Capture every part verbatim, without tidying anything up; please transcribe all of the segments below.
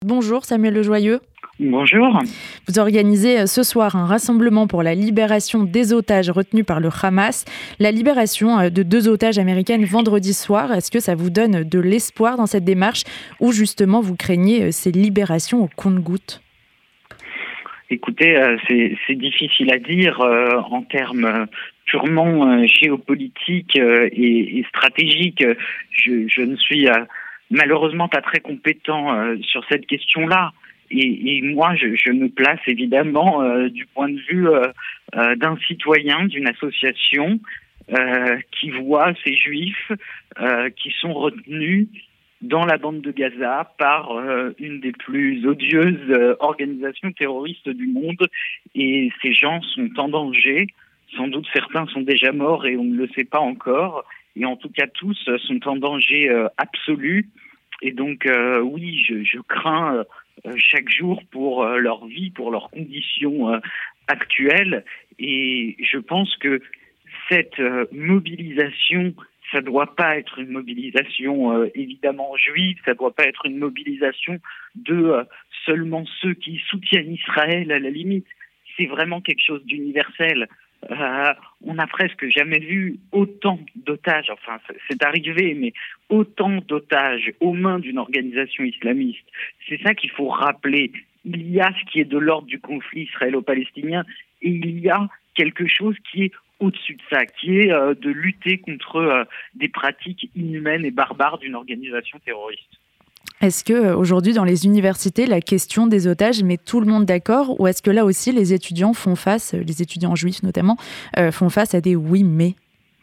Bonjour Samuel Lejoyeux. Bonjour. Vous organisez ce soir un rassemblement pour la libération des otages retenus par le Hamas. La libération de deux otages américaines vendredi soir, est-ce que ça vous donne de l'espoir dans cette démarche ou justement vous craignez ces libérations au compte-gouttes ? Écoutez, euh, c'est, c'est difficile à dire euh, en termes euh, purement euh, géopolitiques euh, et, et stratégiques. Je, je ne suis euh, malheureusement pas très compétent euh, sur cette question-là. Et, et moi, je, je me place évidemment euh, du point de vue euh, euh, d'un citoyen, d'une association euh, qui voit ces juifs euh, qui sont retenus dans la bande de Gaza par euh, une des plus odieuses euh, organisations terroristes du monde. Et ces gens sont en danger. Sans doute certains sont déjà morts et on ne le sait pas encore. Et en tout cas, tous sont en danger euh, absolu. Et donc, euh, oui, je, je crains euh, chaque jour pour euh, leur vie, pour leurs conditions euh, actuelles. Et je pense que cette euh, mobilisation, ça ne doit pas être une mobilisation euh, évidemment juive, ça ne doit pas être une mobilisation de euh, seulement ceux qui soutiennent Israël à la limite. C'est vraiment quelque chose d'universel. Euh, on n'a presque jamais vu autant d'otages, enfin c'est arrivé, mais autant d'otages aux mains d'une organisation islamiste. C'est ça qu'il faut rappeler. Il y a ce qui est de l'ordre du conflit israélo-palestinien et il y a quelque chose qui est au-dessus de ça, qui est euh, de lutter contre euh, des pratiques inhumaines et barbares d'une organisation terroriste. Est-ce qu'aujourd'hui, dans les universités, la question des otages met tout le monde d'accord ou est-ce que là aussi, les étudiants font face, les étudiants juifs notamment, euh, font face à des oui mais ?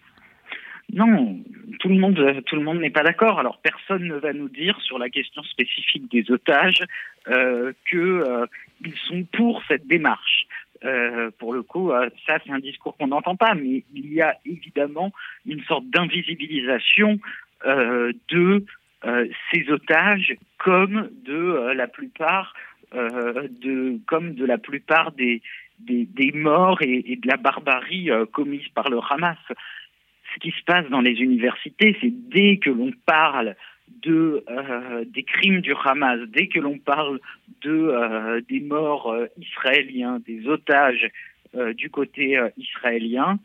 Non, tout le monde, tout le monde n'est pas d'accord. Alors personne ne va nous dire sur la question spécifique des otages euh, qu'ils euh, sont pour cette démarche. Euh, pour le coup, euh, ça c'est un discours qu'on n'entend pas, mais il y a évidemment une sorte d'invisibilisation euh, de euh, ces otages, comme de euh, la plupart, euh, de comme de la plupart des des, des morts et, et de la barbarie euh, commise par le Hamas. Ce qui se passe dans les universités, c'est dès que l'on parle de euh, des crimes du Hamas, dès que l'on parle de euh, des morts euh, israéliens, des otages euh, du côté euh, israélien,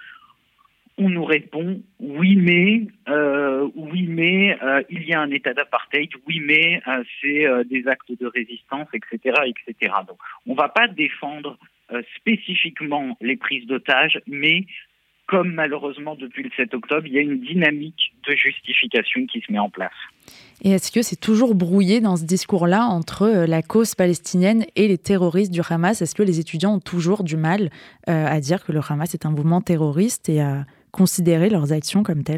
on nous répond oui mais euh, oui mais euh, il y a un état d'apartheid, oui mais euh, c'est euh, des actes de résistance, et cetera, et cetera. Donc on va pas défendre euh, spécifiquement les prises d'otages, mais comme malheureusement depuis le sept octobre, il y a une dynamique de justification qui se met en place. Et est-ce que c'est toujours brouillé dans ce discours-là entre la cause palestinienne et les terroristes du Hamas ? Est-ce que les étudiants ont toujours du mal euh, à dire que le Hamas est un mouvement terroriste et à considérer leurs actions comme telles ?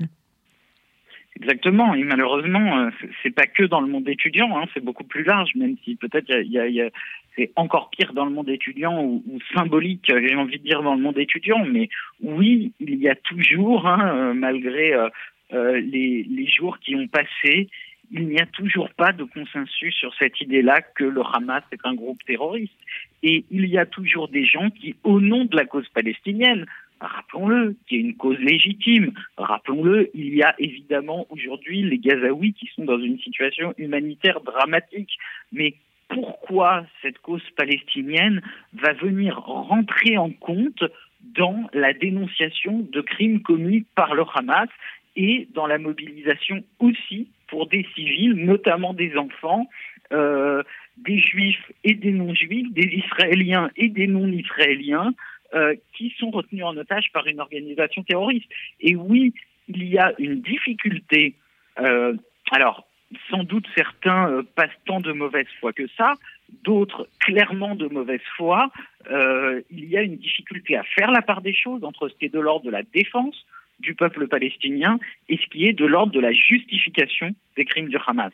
Exactement, et malheureusement, c'est pas que dans le monde étudiant, hein, c'est beaucoup plus large, même si peut-être il y a, y a, c'est encore pire dans le monde étudiant ou, ou symbolique, j'ai envie de dire dans le monde étudiant, mais oui, il y a toujours, hein, malgré euh, euh, les, les jours qui ont passé, il n'y a toujours pas de consensus sur cette idée-là que le Hamas est un groupe terroriste. Et il y a toujours des gens qui, au nom de la cause palestinienne, rappelons-le, qui est une cause légitime. Rappelons-le, il y a évidemment aujourd'hui les Gazaouis qui sont dans une situation humanitaire dramatique. Mais pourquoi cette cause palestinienne va venir rentrer en compte dans la dénonciation de crimes commis par le Hamas et dans la mobilisation aussi pour des civils, notamment des enfants, euh, des juifs et des non-juifs, des israéliens et des non-israéliens, Euh, qui sont retenus en otage par une organisation terroriste. Et oui, il y a une difficulté. Euh, alors, sans doute certains euh, passent tant de mauvaise foi que ça, d'autres clairement de mauvaise foi. Euh, il y a une difficulté à faire la part des choses entre ce qui est de l'ordre de la défense du peuple palestinien et ce qui est de l'ordre de la justification des crimes du Hamas.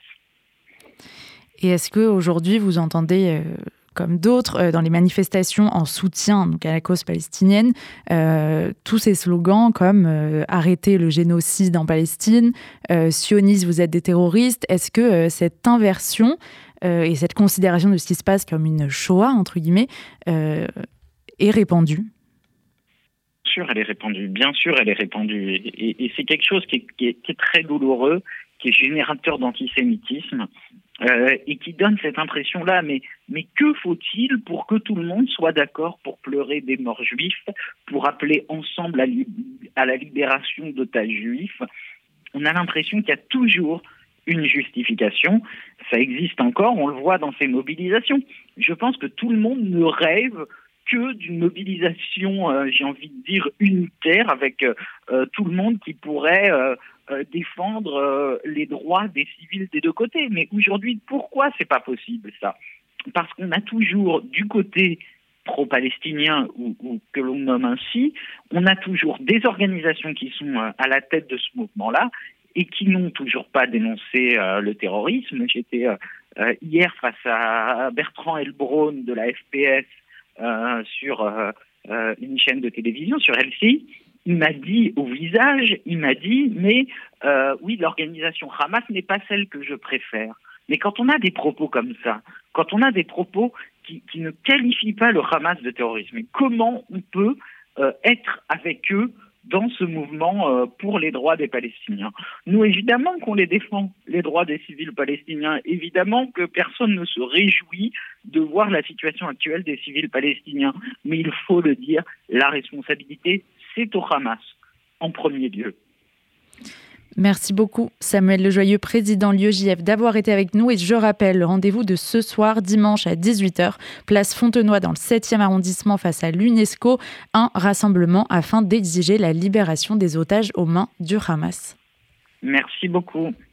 Et est-ce qu'aujourd'hui, vous entendez... Euh... comme d'autres, euh, dans les manifestations en soutien donc, à la cause palestinienne, euh, tous ces slogans comme euh, « Arrêtez le génocide en Palestine euh, »,« Sionistes, vous êtes des terroristes », est-ce que euh, cette inversion euh, et cette considération de ce qui se passe comme une Shoah, entre guillemets, euh, est répandue ? Bien sûr, elle est répandue. Bien sûr, elle est répandue. Et, et, et c'est quelque chose qui est, qui est, qui est très douloureux, qui est générateur d'antisémitisme, euh, et qui donne cette impression-là. Mais, mais que faut-il pour que tout le monde soit d'accord pour pleurer des morts juifs, pour appeler ensemble à, li- à la libération d'otages juifs? On a l'impression qu'il y a toujours une justification. Ça existe encore, on le voit dans ces mobilisations. Je pense que tout le monde ne rêve que d'une mobilisation, euh, j'ai envie de dire, unitaire, avec euh, tout le monde qui pourrait euh, euh, défendre euh, les droits des civils des deux côtés. Mais aujourd'hui, pourquoi c'est pas possible, ça? Parce qu'on a toujours, du côté pro-palestinien, ou, ou que l'on nomme ainsi, on a toujours des organisations qui sont euh, à la tête de ce mouvement-là et qui n'ont toujours pas dénoncé euh, le terrorisme. J'étais euh, euh, hier face à Bertrand Elbron de la F P S euh, sur euh, euh, une chaîne de télévision, sur L C I. Il m'a dit au visage, il m'a dit, mais euh, oui, l'organisation Hamas n'est pas celle que je préfère. Mais quand on a des propos comme ça, quand on a des propos qui, qui ne qualifient pas le Hamas de terrorisme, comment on peut euh, être avec eux dans ce mouvement euh, pour les droits des Palestiniens? Nous, évidemment qu'on les défend, les droits des civils palestiniens. Évidemment que personne ne se réjouit de voir la situation actuelle des civils palestiniens. Mais il faut le dire, la responsabilité, c'est au Hamas, en premier lieu. Merci beaucoup Samuel Lejoyeux, président de l'U E J F, d'avoir été avec nous. Et je rappelle le rendez-vous de ce soir, dimanche à dix-huit heures, place Fontenoy dans le septième arrondissement face à l'UNESCO. Un rassemblement afin d'exiger la libération des otages aux mains du Hamas. Merci beaucoup.